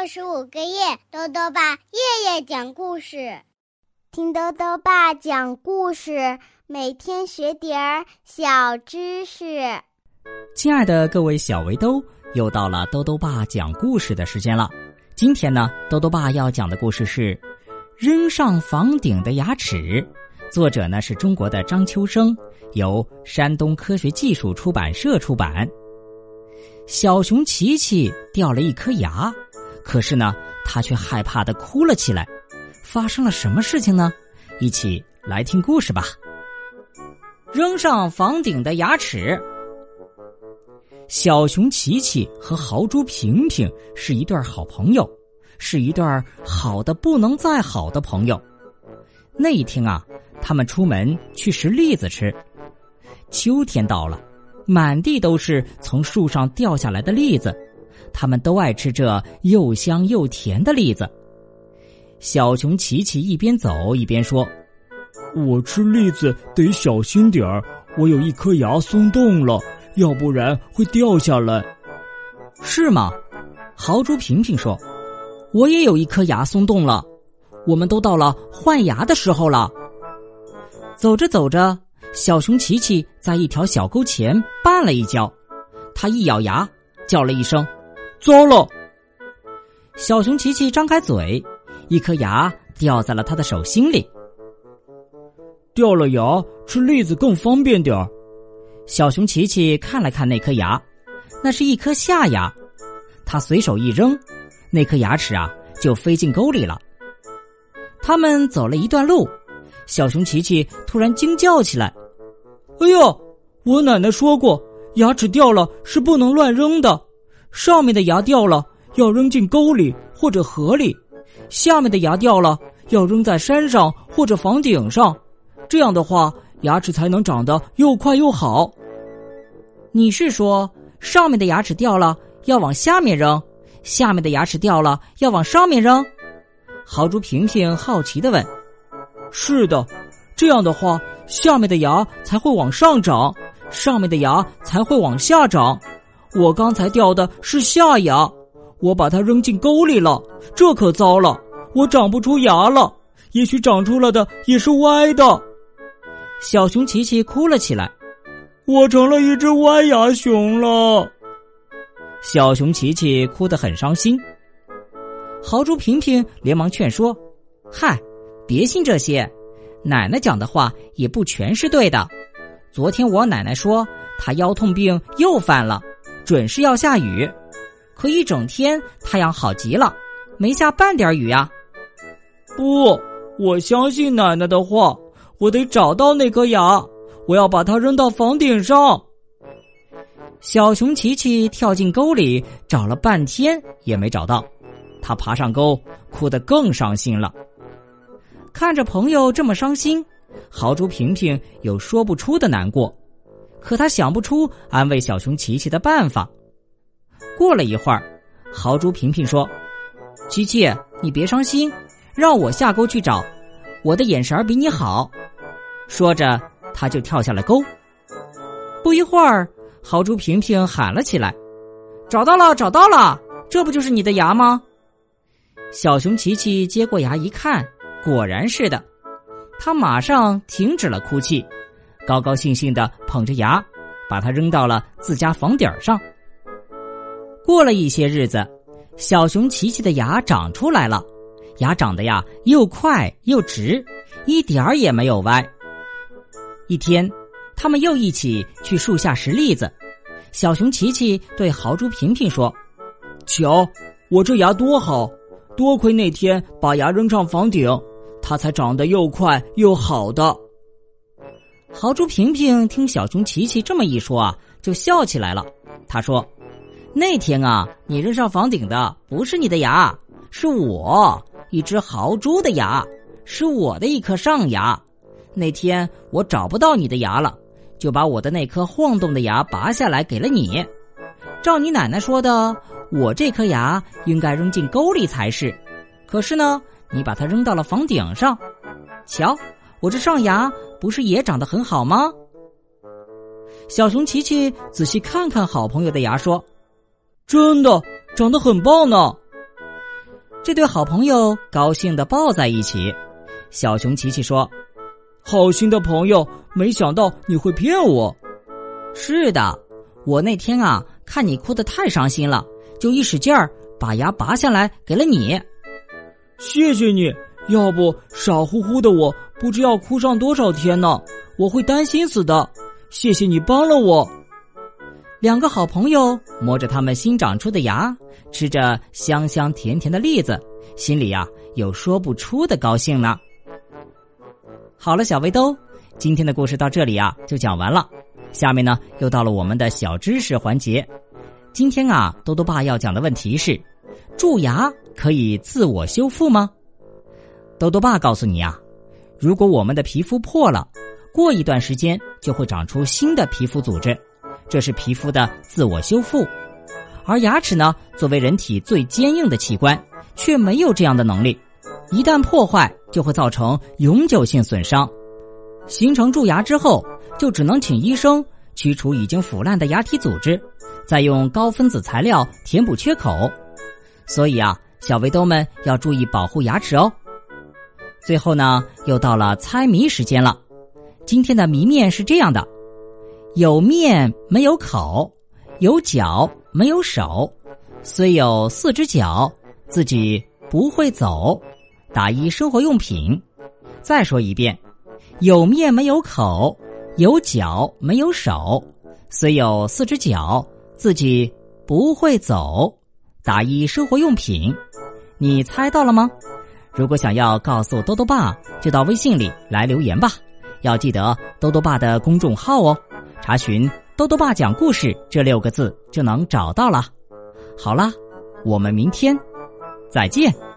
65个夜，豆豆爸夜夜讲故事，听豆豆爸讲故事，每天学点儿小知识。 亲爱的各位小围兜，又到了豆豆爸讲故事的时间了。今天呢，豆豆爸要讲的故事是扔上房顶的牙齿，作者呢是中国的张秋生，由山东科学技术出版社出版。小熊琪琪掉了一颗牙，可是呢他却害怕地哭了起来。发生了什么事情呢？一起来听故事吧。扔上房顶的牙齿。小熊琪琪和豪猪平平是一对好朋友，是一对好的不能再好的朋友。那一天啊，他们出门去拾栗子吃。秋天到了，满地都是从树上掉下来的栗子，他们都爱吃这又香又甜的栗子。小熊琪琪一边走一边说： 我吃栗子得小心点儿，我有一颗牙松动了，要不然会掉下来。 是吗？豪猪平平说：我也有一颗牙松动了，我们都到了换牙的时候了。走着走着，小熊琪琪在一条小沟前绊了一跤，他一咬牙叫了一声： 糟了！ 小熊琪琪张开嘴，一颗牙掉在了他的手心里。 掉了牙，吃栗子更方便点儿。 小熊琪琪看了看那颗牙，那是一颗下牙，他随手一扔，那颗牙齿啊就飞进沟里了。他们走了一段路，小熊琪琪突然惊叫起来： 哎呀，我奶奶说过，牙齿掉了是不能乱扔的，上面的牙掉了要扔进沟里或者河里，下面的牙掉了要扔在山上或者房顶上，这样的话牙齿才能长得又快又好。 你是说上面的牙齿掉了要往下面扔，下面的牙齿掉了要往上面扔？豪猪平平好奇地问。 是的，这样的话下面的牙才会往上长，上面的牙才会往下长。我刚才掉的是下牙，我把它扔进沟里了，这可糟了，我长不出牙了，也许长出了的也是歪的。 小熊琪琪哭了起来， 我成了一只歪牙熊了。 小熊琪琪哭得很伤心。豪猪平平连忙劝说：嗨，别信这些，奶奶讲的话也不全是对的。昨天我奶奶说她腰痛病又犯了，准是要下雨，可一整天太阳好极了，没下半点雨啊。 不，我相信奶奶的话，我得找到那颗牙，我要把它扔到房顶上。 小熊琪琪跳进沟里，找了半天也没找到，他爬上沟，哭得更伤心了。看着朋友这么伤心，豪猪平平有说不出的难过，可他想不出安慰小熊琪琪的办法。过了一会儿，豪猪平平说：琪琪，你别伤心，让我下沟去找，我的眼神比你好。说着他就跳下了沟。不一会儿，豪猪平平喊了起来：找到了，找到了，这不就是你的牙吗？小熊琪琪接过牙一看，果然是的，他马上停止了哭泣，高高兴兴地捧着牙，把它扔到了自家房顶上。过了一些日子，小熊琪琪的牙长出来了，牙长得呀又快又直，一点儿也没有歪。一天，他们又一起去树下拾栗子。小熊琪琪对豪猪平平说： 瞧，我这牙多好，多亏那天把牙扔上房顶，它才长得又快又好的。 豪猪平平听小熊琪琪这么一说啊，就笑起来了。他说：那天啊，你扔上房顶的不是你的牙，是我，一只豪猪的牙，是我的一颗上牙。那天我找不到你的牙了，就把我的那颗晃动的牙拔下来给了你。照你奶奶说的，我这颗牙应该扔进沟里才是，可是呢，你把它扔到了房顶上。瞧，我这上牙不是也长得很好吗？小熊琪琪仔细看看好朋友的牙说： 真的长得很棒呢。 这对好朋友高兴地抱在一起。小熊琪琪说：“ 好心的朋友，没想到你会骗我。” 是的，我那天啊，看你哭得太伤心了，就一使劲儿把牙拔下来给了你。 谢谢你，要不傻乎乎的我不知要哭上多少天呢，我会担心死的。谢谢你帮了我。 两个好朋友摸着他们新长出的牙，吃着香香甜甜的栗子，心里啊有说不出的高兴呢。好了，小围兜，今天的故事到这里啊就讲完了。下面呢又到了我们的小知识环节。今天啊，兜兜爸要讲的问题是：蛀牙可以自我修复吗？兜兜爸告诉你啊，如果我们的皮肤破了，过一段时间就会长出新的皮肤组织，这是皮肤的自我修复。而牙齿呢，作为人体最坚硬的器官，却没有这样的能力，一旦破坏就会造成永久性损伤。形成蛀牙之后，就只能请医生驱除已经腐烂的牙体组织，再用高分子材料填补缺口。所以啊，小围兜们要注意保护牙齿哦。最后呢，又到了猜谜时间了。今天的谜面是这样的：有面没有口，有脚没有手，虽有4只脚，自己不会走，打一生活用品。再说一遍，有面没有口，有脚没有手，虽有4只脚，自己不会走，打一生活用品。你猜到了吗？如果想要告诉兜兜爸，就到微信里来留言吧，要记得兜兜爸的公众号哦，查询兜兜爸讲故事这6个字就能找到了。好啦，我们明天再见。